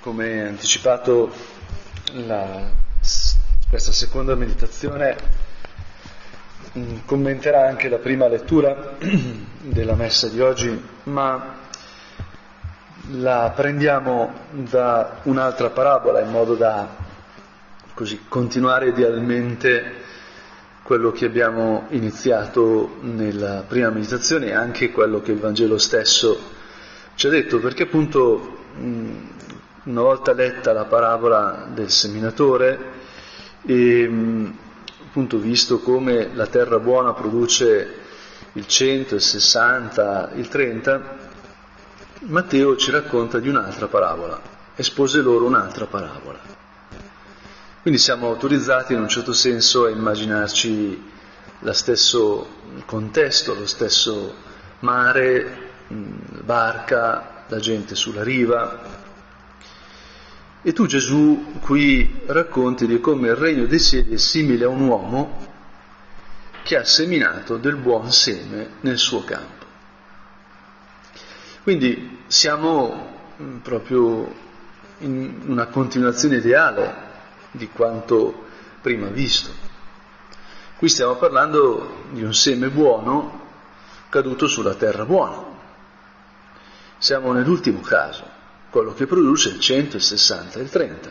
Come anticipato, questa seconda meditazione commenterà anche la prima lettura della messa di oggi, ma la prendiamo da un'altra parabola in modo da così continuare idealmente quello che abbiamo iniziato nella prima meditazione e anche quello che il Vangelo stesso ci ha detto, perché appunto una volta letta la parabola del seminatore e appunto visto come la terra buona produce il 100, il 60, il 30, Matteo ci racconta di un'altra parabola, espose loro un'altra parabola. Quindi siamo autorizzati in un certo senso a immaginarci lo stesso contesto, lo stesso mare, barca, la gente sulla riva. E tu, Gesù, qui racconti di come il regno dei cieli è simile a un uomo che ha seminato del buon seme nel suo campo. Quindi siamo proprio in una continuazione ideale di quanto prima visto. Qui stiamo parlando di un seme buono caduto sulla terra buona. Siamo nell'ultimo caso, quello che produce il 100, il 60 e il 30.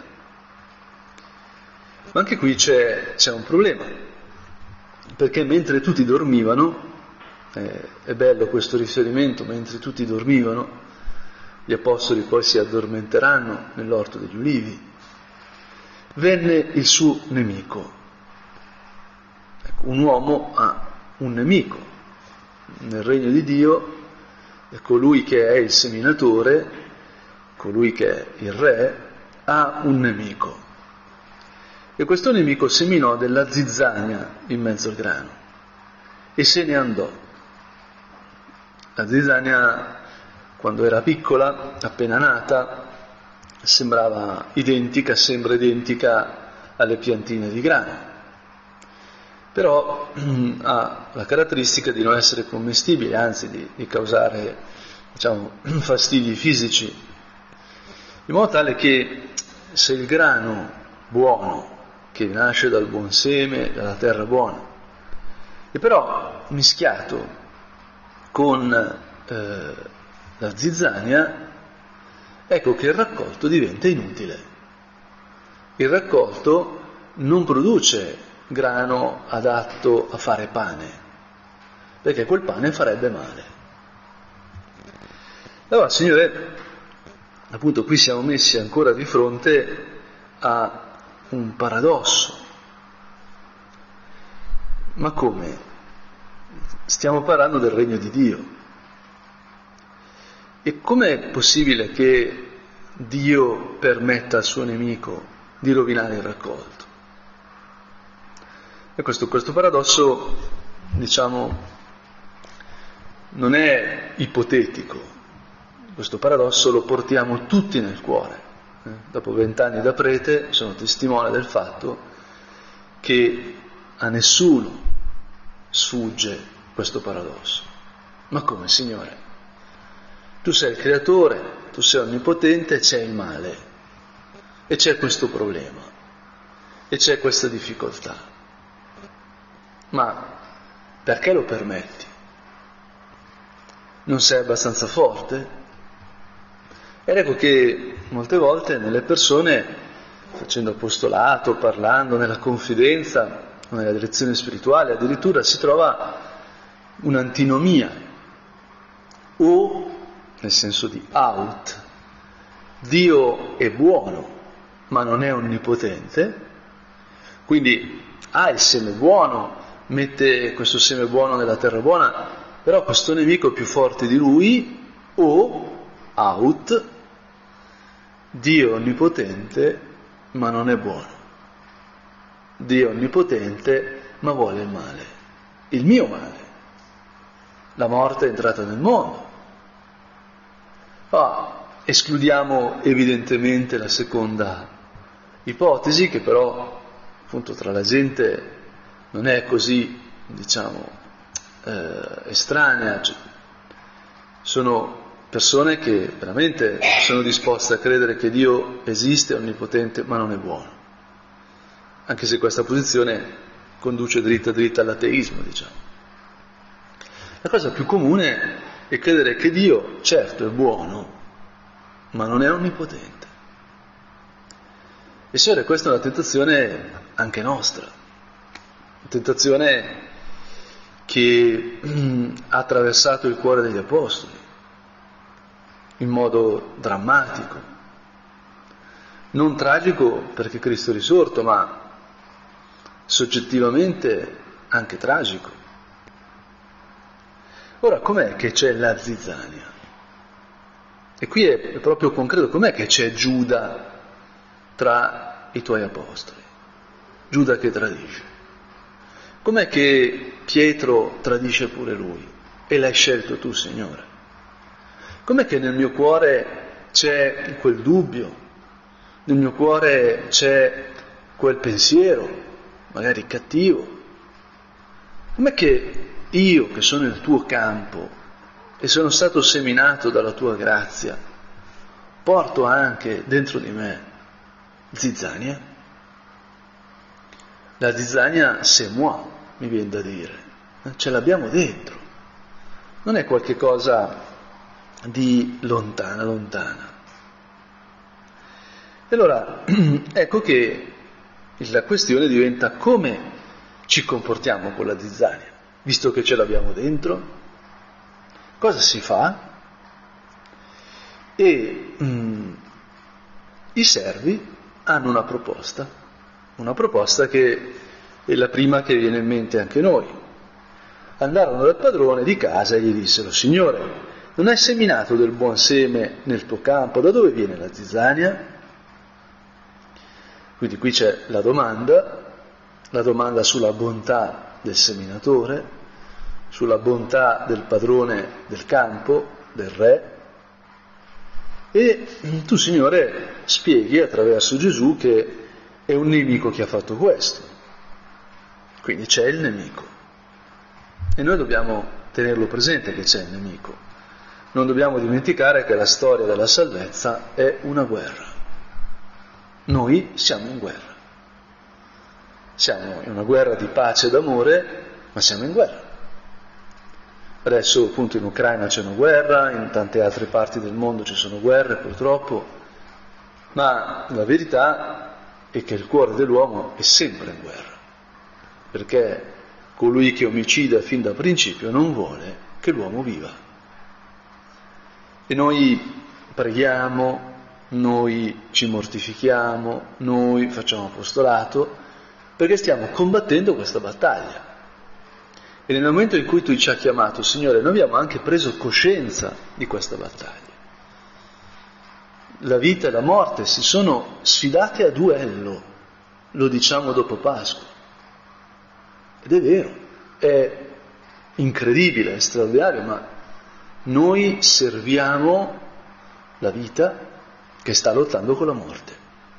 Ma anche qui c'è un problema, perché mentre tutti dormivano, è bello questo riferimento, mentre tutti dormivano, gli apostoli poi si addormenteranno nell'orto degli ulivi, venne il suo nemico. Ecco, un uomo ha un nemico. Nel regno di Dio è colui che è il seminatore, colui che è il re, ha un nemico. E questo nemico seminò della zizzania in mezzo al grano e se ne andò. La zizzania, quando era piccola, appena nata, sembra identica alle piantine di grano, però ha la caratteristica di non essere commestibile, anzi di causare, fastidi fisici, in modo tale che se il grano buono, che nasce dal buon seme, dalla terra buona, e però mischiato con la zizzania, ecco che il raccolto diventa inutile. Il raccolto non produce grano adatto a fare pane, perché quel pane farebbe male. Allora, Signore, appunto qui siamo messi ancora di fronte a un paradosso. Ma come? Stiamo parlando del regno di Dio. E com'è possibile che Dio permetta al suo nemico di rovinare il raccolto? E questo paradosso, non è ipotetico. Questo paradosso lo portiamo tutti nel cuore. Dopo 20 anni da prete sono testimone del fatto che a nessuno sfugge questo paradosso. Ma come, Signore? Tu sei il creatore, tu sei onnipotente, c'è il male, e c'è questo problema, e c'è questa difficoltà. Ma perché lo permetti? Non sei abbastanza forte? Ed ecco che molte volte nelle persone, facendo apostolato, parlando nella confidenza, nella direzione spirituale, addirittura si trova un'antinomia, o nel senso di out, Dio è buono ma non è onnipotente, quindi ha il seme buono, mette questo seme buono nella terra buona, però questo nemico è più forte di lui, o out, Dio è onnipotente ma non è buono, Dio è onnipotente ma vuole il male, il mio male, la morte è entrata nel mondo. Escludiamo evidentemente la seconda ipotesi, che però appunto tra la gente non è così, estranea, sono persone che veramente sono disposte a credere che Dio esiste, è onnipotente, ma non è buono. Anche se questa posizione conduce dritta all'ateismo, diciamo. La cosa più comune è credere che Dio, certo, è buono, ma non è onnipotente. E Signore, questa è una tentazione anche nostra, una tentazione che ha attraversato il cuore degli apostoli in modo drammatico, non tragico perché Cristo è risorto, ma soggettivamente anche tragico. Ora, com'è che c'è la zizzania? E qui è proprio concreto, com'è che c'è Giuda tra i tuoi apostoli? Giuda che tradisce. Com'è che Pietro tradisce pure lui? E l'hai scelto tu, Signore? Com'è che nel mio cuore c'è quel dubbio? Nel mio cuore c'è quel pensiero, magari cattivo? Com'è che io, che sono il tuo campo e sono stato seminato dalla tua grazia, porto anche dentro di me zizzania? La zizzania c'est moi, mi viene da dire, ce l'abbiamo dentro, non è qualche cosa di lontana. E allora ecco che la questione diventa come ci comportiamo con la zizzania, visto che ce l'abbiamo dentro, cosa si fa? E i servi hanno una proposta che è la prima che viene in mente anche noi. Andarono dal padrone di casa e gli dissero: Signore, non hai seminato del buon seme nel tuo campo, da dove viene la zizzania? Quindi qui c'è la domanda sulla bontà del seminatore, sulla bontà del padrone del campo, del re, e tu, Signore, spieghi attraverso Gesù che è un nemico che ha fatto questo. Quindi c'è il nemico. E noi dobbiamo tenerlo presente che c'è il nemico. Non dobbiamo dimenticare che la storia della salvezza è una guerra. Noi siamo in guerra. Siamo in una guerra di pace e d'amore, ma siamo in guerra. Adesso appunto in Ucraina c'è una guerra, in tante altre parti del mondo ci sono guerre purtroppo, ma la verità è che il cuore dell'uomo è sempre in guerra, perché colui che omicida fin da principio non vuole che l'uomo viva. E noi preghiamo, noi ci mortifichiamo, noi facciamo apostolato, perché stiamo combattendo questa battaglia. E nel momento in cui tu ci hai chiamato, Signore, noi abbiamo anche preso coscienza di questa battaglia. La vita e la morte si sono sfidate a duello, lo diciamo dopo Pasqua. Ed è vero, è incredibile, è straordinario, ma noi serviamo la vita che sta lottando con la morte.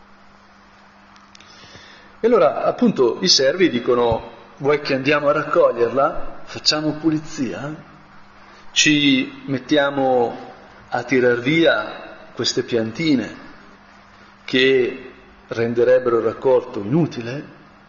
E allora appunto i servi dicono: vuoi che andiamo a raccoglierla? Facciamo pulizia? Ci mettiamo a tirar via queste piantine che renderebbero il raccolto inutile?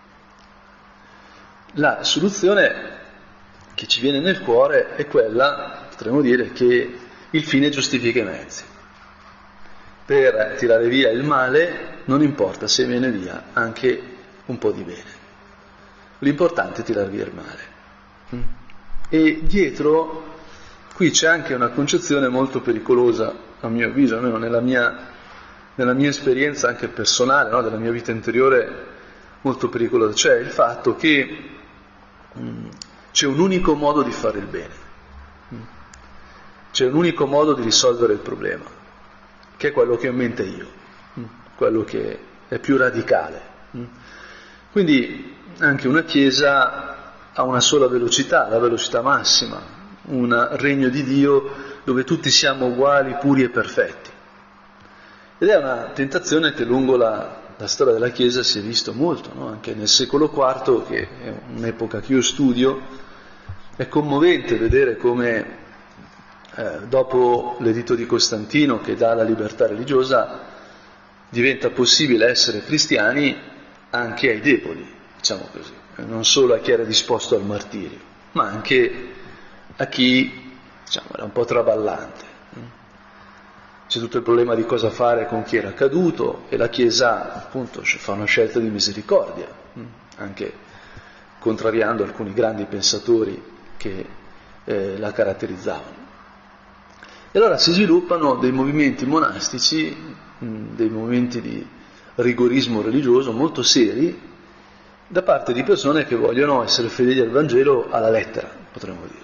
La soluzione che ci viene nel cuore è quella, potremmo dire, che il fine giustifica i mezzi. Per tirare via il male non importa se viene via anche un po' di bene. L'importante è tirare via il male. E dietro qui c'è anche una concezione molto pericolosa, a mio avviso, almeno nella mia esperienza anche personale, no? Della mia vita interiore, molto pericolosa. C'è il fatto che c'è un unico modo di fare il bene, c'è un unico modo di risolvere il problema, che è quello che ho in mente io, quello che è più radicale. Quindi anche una chiesa ha una sola velocità, la velocità massima, un regno di Dio dove tutti siamo uguali, puri e perfetti. Ed è una tentazione che lungo la storia della Chiesa si è visto molto, no? Anche nel secolo IV, che è un'epoca che io studio, è commovente vedere come dopo l'editto di Costantino che dà la libertà religiosa, diventa possibile essere cristiani anche ai deboli, diciamo così, non solo a chi era disposto al martirio, ma anche a chi, diciamo, era un po' traballante. C'è tutto il problema di cosa fare con chi era caduto, e la Chiesa appunto fa una scelta di misericordia, anche contrariando alcuni grandi pensatori che la caratterizzavano. E allora si sviluppano dei movimenti monastici, dei movimenti di rigorismo religioso molto seri, da parte di persone che vogliono essere fedeli al Vangelo alla lettera, potremmo dire.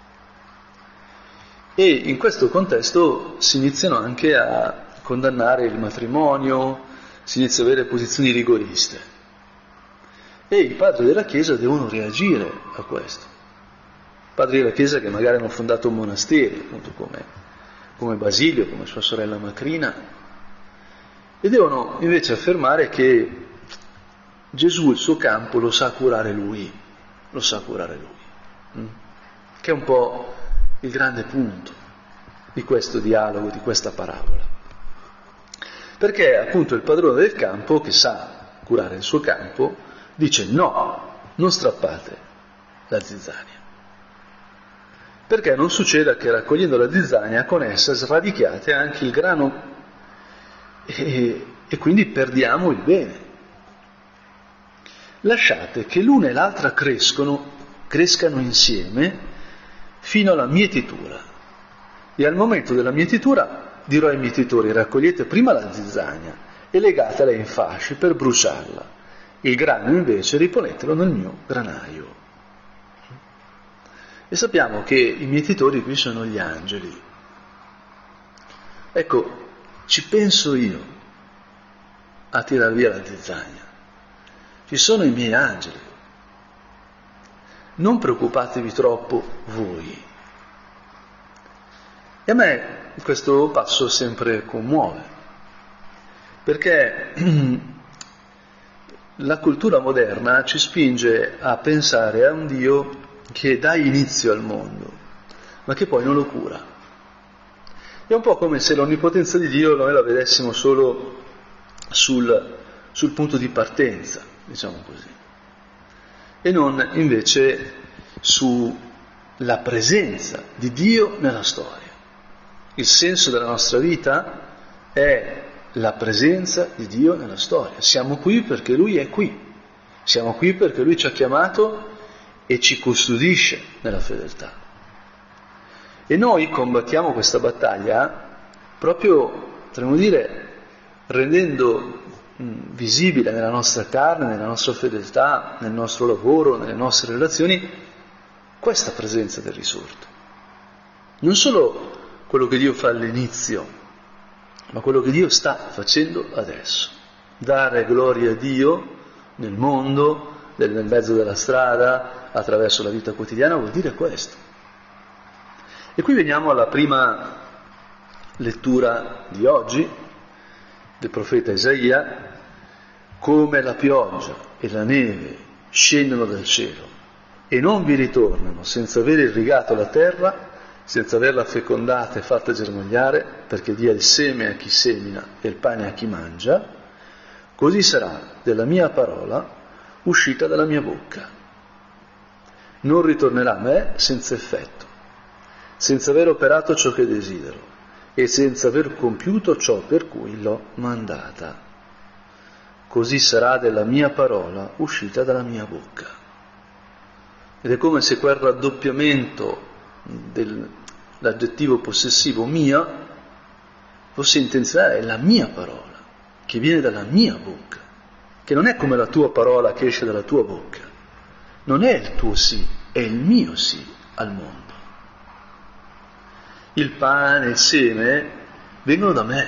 E in questo contesto si iniziano anche a condannare il matrimonio, si inizia ad avere posizioni rigoriste. E i padri della Chiesa devono reagire a questo. Padri della Chiesa che magari hanno fondato monasteri, appunto come Basilio, come sua sorella Macrina, e devono invece affermare che Gesù il suo campo lo sa curare lui, che è un po' il grande punto di questo dialogo, di questa parabola. Perché appunto il padrone del campo, che sa curare il suo campo, dice no, non strappate la zizzania. Perché non succeda che raccogliendo la zizzania con essa sradichiate anche il grano e quindi perdiamo il bene. Lasciate che l'una e l'altra crescano insieme fino alla mietitura. E al momento della mietitura dirò ai mietitori: raccogliete prima la zizzania e legatela in fasci per bruciarla. Il grano invece riponetelo nel mio granaio. E sappiamo che i mietitori qui sono gli angeli. Ecco, ci penso io a tirar via la zizzania. Ci sono i miei angeli. Non preoccupatevi troppo voi. E a me questo passo sempre commuove, perché la cultura moderna ci spinge a pensare a un Dio che dà inizio al mondo, ma che poi non lo cura. È un po' come se l'onnipotenza di Dio noi la vedessimo solo sul punto di partenza, diciamo così, e non invece sulla presenza di Dio nella storia. Il senso della nostra vita è la presenza di Dio nella storia. Siamo qui perché Lui è qui, siamo qui perché Lui ci ha chiamato e ci custodisce nella fedeltà. E noi combattiamo questa battaglia proprio, potremmo dire, rendendo visibile nella nostra carne, nella nostra fedeltà, nel nostro lavoro, nelle nostre relazioni, questa presenza del risorto. Non solo quello che Dio fa all'inizio, ma quello che Dio sta facendo adesso. Dare gloria a Dio nel mondo, nel mezzo della strada, attraverso la vita quotidiana, vuol dire questo. E qui veniamo alla prima lettura di oggi, del profeta Isaia: come la pioggia e la neve scendono dal cielo e non vi ritornano senza aver irrigato la terra, senza averla fecondata e fatta germogliare, perché dia il seme a chi semina e il pane a chi mangia, così sarà della mia parola uscita dalla mia bocca. Non ritornerà a me senza effetto, senza aver operato ciò che desidero e senza aver compiuto ciò per cui l'ho mandata. Così sarà della mia parola uscita dalla mia bocca. Ed è come se quel raddoppiamento dell'aggettivo possessivo mia fosse intenzionale. È la mia parola che viene dalla mia bocca, che non è come la tua parola che esce dalla tua bocca, non è il tuo sì, è il mio sì al mondo. Il pane, il seme vengono da me.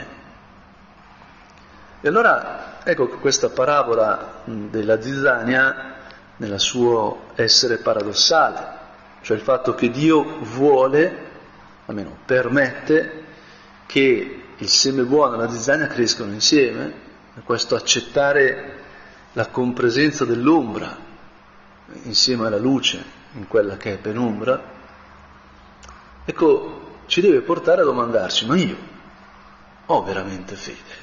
E allora ecco che questa parabola della zizzania, nel suo essere paradossale, cioè il fatto che Dio vuole, almeno permette, che il seme buono e la zizzania crescano insieme, e questo accettare la compresenza dell'ombra insieme alla luce in quella che è penombra, ecco, ci deve portare a domandarci: ma io ho veramente fede?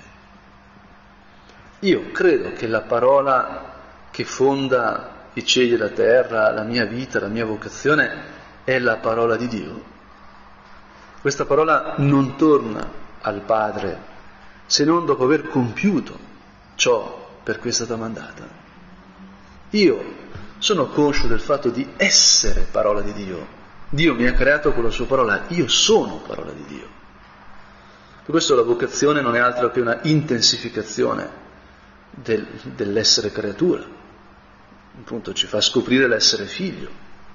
Io credo che la parola che fonda i cieli e la terra, la mia vita, la mia vocazione, è la parola di Dio. Questa parola non torna al Padre se non dopo aver compiuto ciò per cui è stata mandata. Io sono conscio del fatto di essere parola di Dio. Dio mi ha creato con la sua parola, io sono parola di Dio. Per questo la vocazione non è altro che una intensificazione dell'essere creatura. Appunto ci fa scoprire l'essere figlio.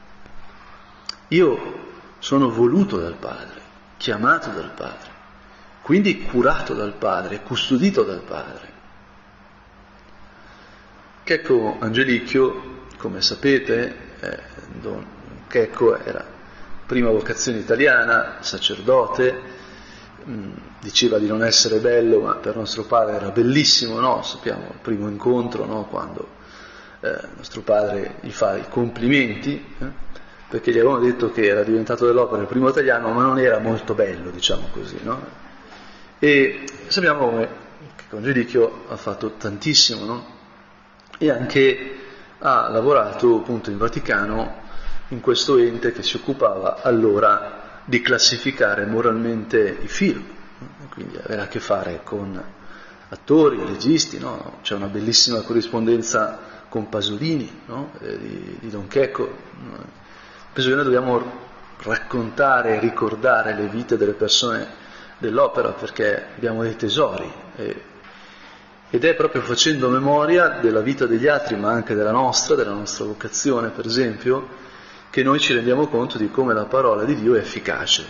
Io sono voluto dal Padre, chiamato dal Padre, quindi curato dal Padre, custodito dal Padre. Checco Angelicchio, come sapete, Don Checco era prima vocazione italiana, sacerdote, diceva di non essere bello, ma per nostro padre era bellissimo, no? Sappiamo il primo incontro, no? Quando nostro padre gli fa i complimenti, perché gli avevano detto che era diventato dell'opera il primo italiano, ma non era molto bello, diciamo così, no? E sappiamo come Angelicchio ha fatto tantissimo, no? E anche ha lavorato appunto in Vaticano in questo ente che si occupava allora di classificare moralmente i film, quindi avere a che fare con attori, registi, no? C'è una bellissima corrispondenza con Pasolini, no? di Don Checco. Penso che noi dobbiamo raccontare e ricordare le vite delle persone dell'opera, perché abbiamo dei tesori, ed è proprio facendo memoria della vita degli altri, ma anche della nostra vocazione, per esempio, che noi ci rendiamo conto di come la parola di Dio è efficace.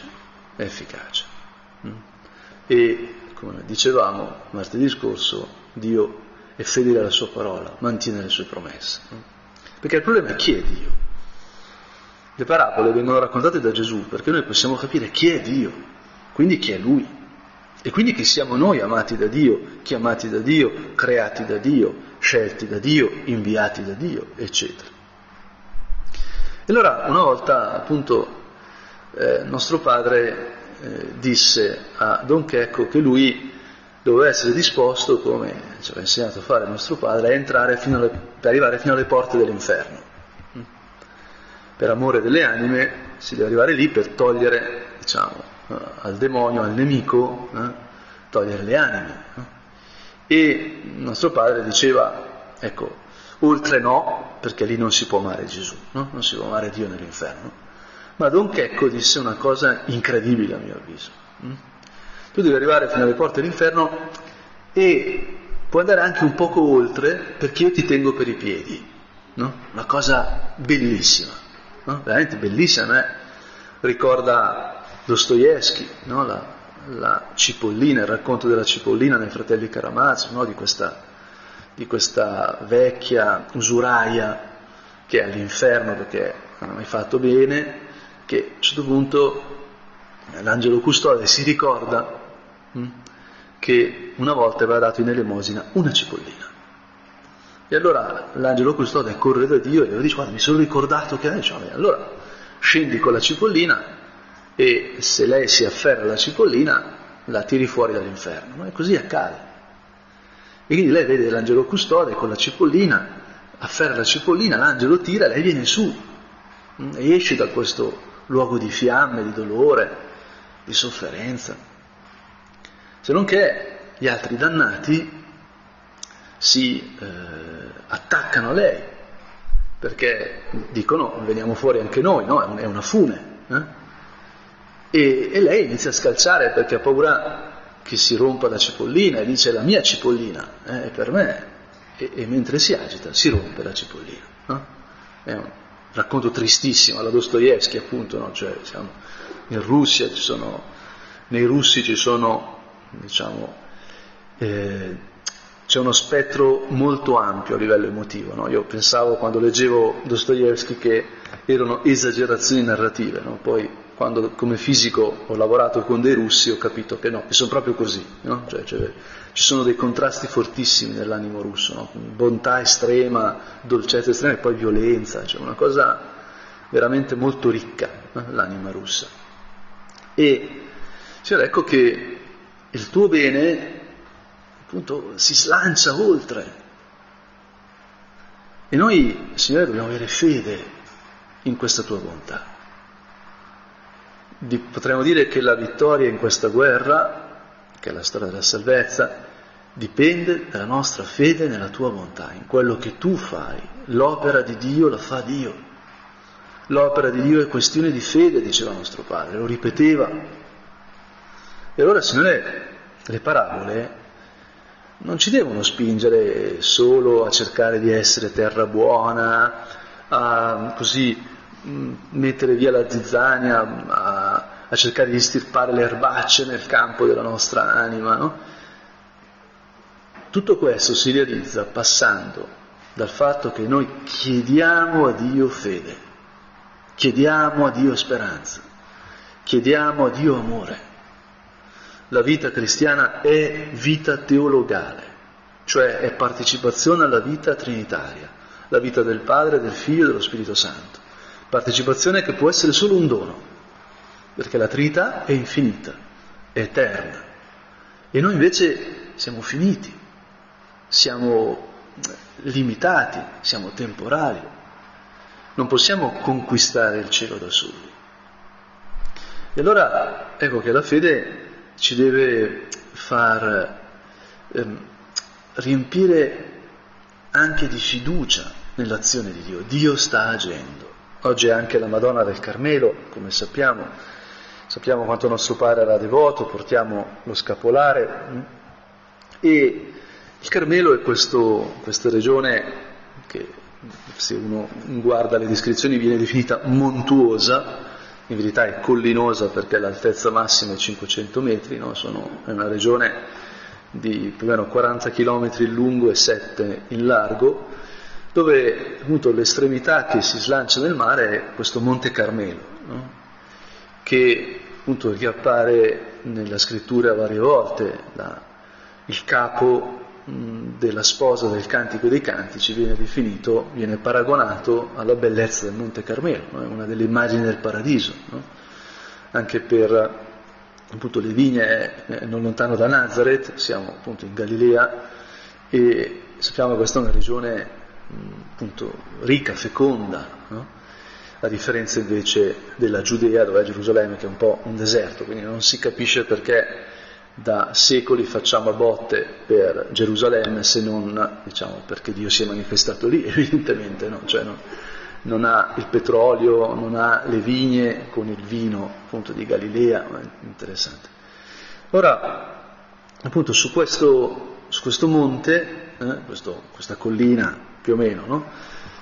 E, come dicevamo martedì scorso, Dio è fedele alla sua parola, mantiene le sue promesse. Perché il problema è chi è Dio. Le parabole vengono raccontate da Gesù perché noi possiamo capire chi è Dio, quindi chi è Lui, e quindi chi siamo noi, amati da Dio, chiamati da Dio, creati da Dio, scelti da Dio, inviati da Dio, eccetera. E allora una volta appunto nostro padre disse a Don Checco che lui doveva essere disposto, come ci aveva insegnato a fare nostro padre, a entrare per arrivare fino alle porte dell'inferno. Per amore delle anime si deve arrivare lì per togliere, diciamo, al demonio, al nemico, togliere le anime. E nostro padre diceva, ecco, oltre no, perché lì non si può amare Gesù, no? Non si può amare Dio nell'inferno. Ma Don Checco disse una cosa incredibile a mio avviso. Tu devi arrivare fino alle porte dell'inferno e puoi andare anche un poco oltre, perché io ti tengo per i piedi, no? Una cosa bellissima, no? Veramente bellissima. A me ricorda Dostoevskij, no? La cipollina, il racconto della cipollina nei Fratelli Karamazov, no? Di questa vecchia usuraia che è all'inferno perché non ha mai fatto bene, che a un certo punto l'angelo custode si ricorda che una volta aveva dato in elemosina una cipollina. E allora l'angelo custode corre da Dio e gli dice: guarda, mi sono ricordato che lei diceva, allora scendi con la cipollina e se lei si afferra alla cipollina la tiri fuori dall'inferno. E così accade. E quindi lei vede l'angelo custode con la cipollina, afferra la cipollina, l'angelo tira, lei viene su e esce da questo luogo di fiamme, di dolore, di sofferenza. Se non che gli altri dannati si attaccano a lei, perché dicono: veniamo fuori anche noi, no? È una fune. E lei inizia a scalciare perché ha paura che si rompa la cipollina e dice: la mia cipollina è per me, e mentre si agita si rompe la cipollina, no? È un racconto tristissimo alla Dostoevskij, appunto, no? Cioè siamo in Russia, nei russi ci sono, diciamo, c'è uno spettro molto ampio a livello emotivo, no? Io pensavo quando leggevo Dostoevskij che erano esagerazioni narrative, no? Poi quando come fisico ho lavorato con dei russi ho capito che no, che sono proprio così, no? Cioè, ci sono dei contrasti fortissimi nell'animo russo, no? Bontà estrema, dolcezza estrema e poi violenza, cioè una cosa veramente molto ricca, no? L'anima russa. E Signore, ecco che il tuo bene appunto si slancia oltre. E noi, Signore, dobbiamo avere fede in questa tua bontà. Potremmo dire che la vittoria in questa guerra, che è la storia della salvezza, dipende dalla nostra fede nella tua bontà, in quello che tu fai. L'opera di Dio la fa Dio. L'opera di Dio è questione di fede, diceva nostro padre, lo ripeteva. E allora, Signore, le parabole non ci devono spingere solo a cercare di essere terra buona, a così mettere via la zizzania, a cercare di estirpare le erbacce nel campo della nostra anima, no? Tutto questo si realizza passando dal fatto che noi chiediamo a Dio fede, chiediamo a Dio speranza, chiediamo a Dio amore. La vita cristiana è vita teologale, cioè è partecipazione alla vita trinitaria, la vita del Padre, del Figlio e dello Spirito Santo. Partecipazione che può essere solo un dono, perché la Trinità è infinita, è eterna. E noi invece siamo finiti, siamo limitati, siamo temporali. Non possiamo conquistare il cielo da soli. E allora ecco che la fede ci deve far riempire anche di fiducia nell'azione di Dio. Dio sta agendo. Oggi è anche la Madonna del Carmelo, come sappiamo quanto nostro padre era devoto, portiamo lo scapolare e il Carmelo è questa regione che, se uno guarda le descrizioni, viene definita montuosa. In verità è collinosa perché l'altezza massima è 500 metri, no? È una regione di più o meno 40 km in lungo e 7 in largo, dove appunto l'estremità che si slancia nel mare è questo Monte Carmelo, no? Che appunto riappare nella scrittura varie volte, il capo della sposa del Cantico dei Cantici viene paragonato alla bellezza del Monte Carmelo, no? È una delle immagini del paradiso, no? Anche per appunto le vigne non lontano da Nazareth, siamo appunto in Galilea e sappiamo che questa è una regione appunto ricca, feconda, no? A differenza invece della Giudea, dove è Gerusalemme, che è un po' un deserto, quindi non si capisce perché da secoli facciamo a botte per Gerusalemme, se non, diciamo, perché Dio si è manifestato lì, evidentemente, no? Cioè non ha il petrolio, non ha le vigne con il vino appunto di Galilea, interessante. Ora, appunto su questo monte, questa collina più o meno, no?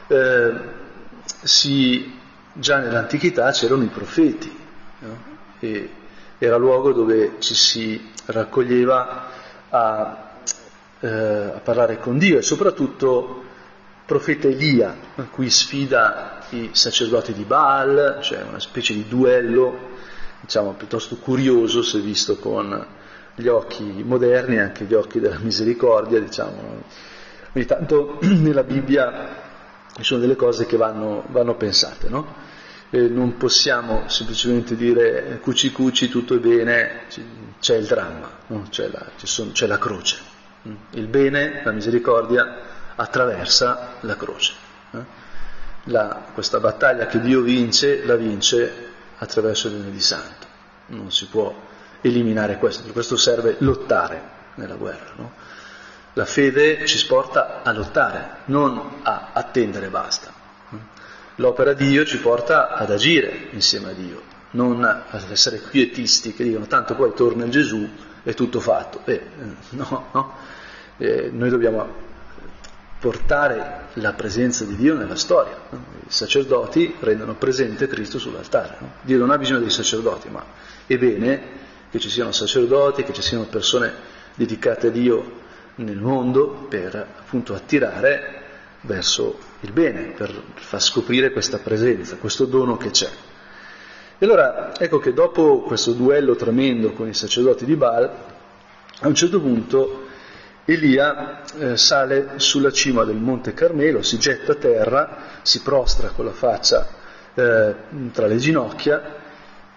Già nell'antichità c'erano i profeti, no? E era luogo dove ci si raccoglieva a parlare con Dio, e soprattutto profeta Elia, a cui sfida i sacerdoti di Baal, cioè una specie di duello, diciamo, piuttosto curioso se visto con gli occhi moderni e anche gli occhi della misericordia, diciamo. Ogni tanto nella Bibbia ci sono delle cose che vanno pensate, no? Non possiamo semplicemente dire cuci cuci, tutto è bene, c'è il dramma, no? c'è la croce. Il bene, la misericordia attraversa la croce. Questa battaglia che Dio vince, la vince attraverso il venerdì santo. Non si può eliminare questo, per questo serve lottare nella guerra, no? La fede ci porta a lottare, non a attendere e basta. L'opera di Dio ci porta ad agire insieme a Dio, non ad essere quietisti che dicono tanto poi torna il Gesù è tutto fatto. No. Noi dobbiamo portare la presenza di Dio nella storia, no? I sacerdoti rendono presente Cristo sull'altare, no? Dio non ha bisogno dei sacerdoti, ma è bene che ci siano sacerdoti, che ci siano persone dedicate a Dio nel mondo per appunto attirare verso il bene, per far scoprire questa presenza, questo dono che c'è. E allora ecco che dopo questo duello tremendo con i sacerdoti di Baal, a un certo punto Elia sale sulla cima del Monte Carmelo, si getta a terra, si prostra con la faccia tra le ginocchia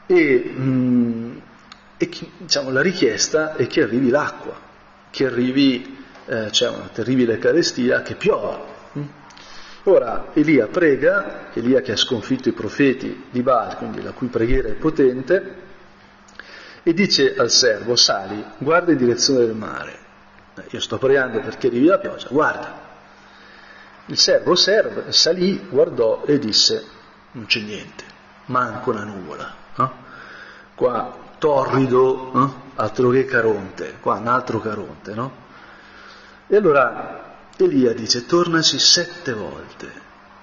diciamo, la richiesta è che arrivi l'acqua, che arrivi, c'è una terribile carestia, che piova. Ora Elia prega, Elia che ha sconfitto i profeti di Baal, quindi la cui preghiera è potente, e dice al servo: sali, guarda in direzione del mare. Io sto pregando perché arrivi la pioggia, guarda. Il servo salì, guardò e disse: non c'è niente, manco una nuvola. Qua torrido, altro che Caronte, qua un altro Caronte, no? E allora Elia dice: tornaci 7 volte.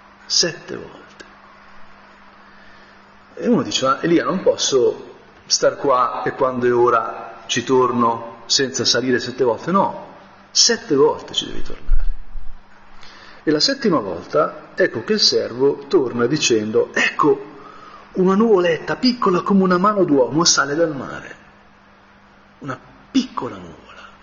E uno dice: ma Elia, non posso star qua e quando è ora ci torno senza salire 7 volte? No, 7 volte ci devi tornare. E la 7ª volta, ecco che il servo torna dicendo: ecco, una nuvoletta piccola come una mano d'uomo sale dal mare. Una piccola nuvola.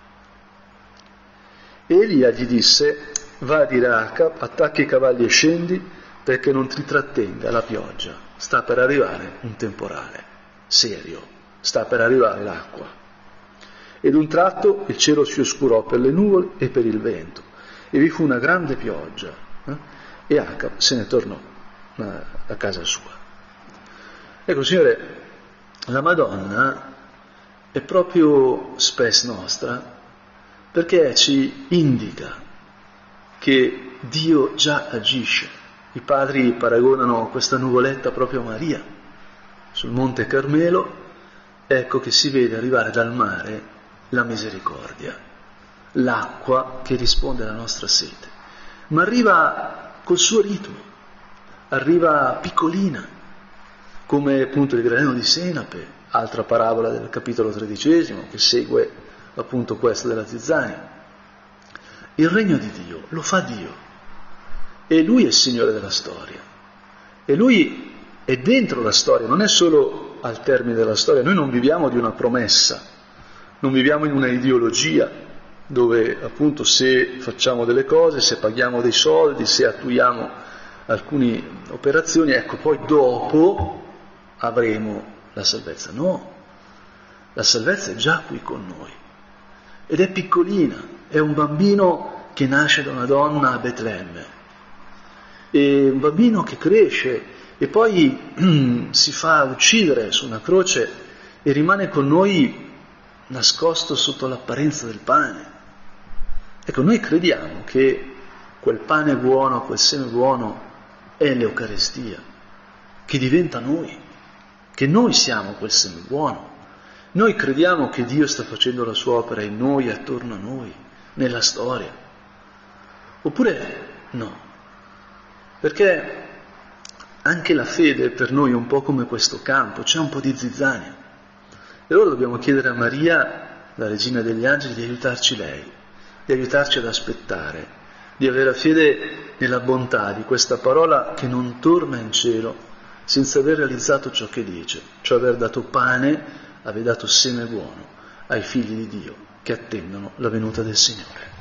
E Elia gli disse: va a dire a Acab, attacca i cavalli e scendi, perché non ti trattenga la pioggia. Sta per arrivare un temporale serio, sta per arrivare l'acqua. Ed un tratto il cielo si oscurò per le nuvole e per il vento, e vi fu una grande pioggia, e Acab se ne tornò a casa sua. Ecco, Signore, la Madonna è proprio spes nostra, perché ci indica che Dio già agisce. I padri paragonano questa nuvoletta proprio a Maria. Sul Monte Carmelo, ecco che si vede arrivare dal mare la misericordia, l'acqua che risponde alla nostra sete. Ma arriva col suo ritmo, arriva piccolina, come appunto il granello di senape, altra parabola del capitolo 13, che segue appunto questa della zizzania. Il regno di Dio lo fa Dio, e Lui è il Signore della storia, e Lui è dentro la storia, non è solo al termine della storia. Noi non viviamo di una promessa, non viviamo in una ideologia dove appunto se facciamo delle cose, se paghiamo dei soldi, se attuiamo alcune operazioni, ecco poi dopo avremo la salvezza. No, la salvezza è già qui con noi ed è piccolina, è un bambino che nasce da una donna a Betlemme, è un bambino che cresce e poi si fa uccidere su una croce e rimane con noi nascosto sotto l'apparenza del pane. Ecco, noi crediamo che quel pane buono, quel seme buono è l'Eucaristia, che diventa noi, che noi siamo quel seme buono. Noi crediamo che Dio sta facendo la sua opera in noi, attorno a noi, nella storia. Oppure no, perché anche la fede per noi è un po' come questo campo, c'è un po' di zizzania. E allora dobbiamo chiedere a Maria, la regina degli angeli, di aiutarci lei, di aiutarci ad aspettare, di avere fede nella bontà di questa parola che non torna in cielo senza aver realizzato ciò che dice, cioè aver dato pane, aver dato seme buono ai figli di Dio che attendono la venuta del Signore.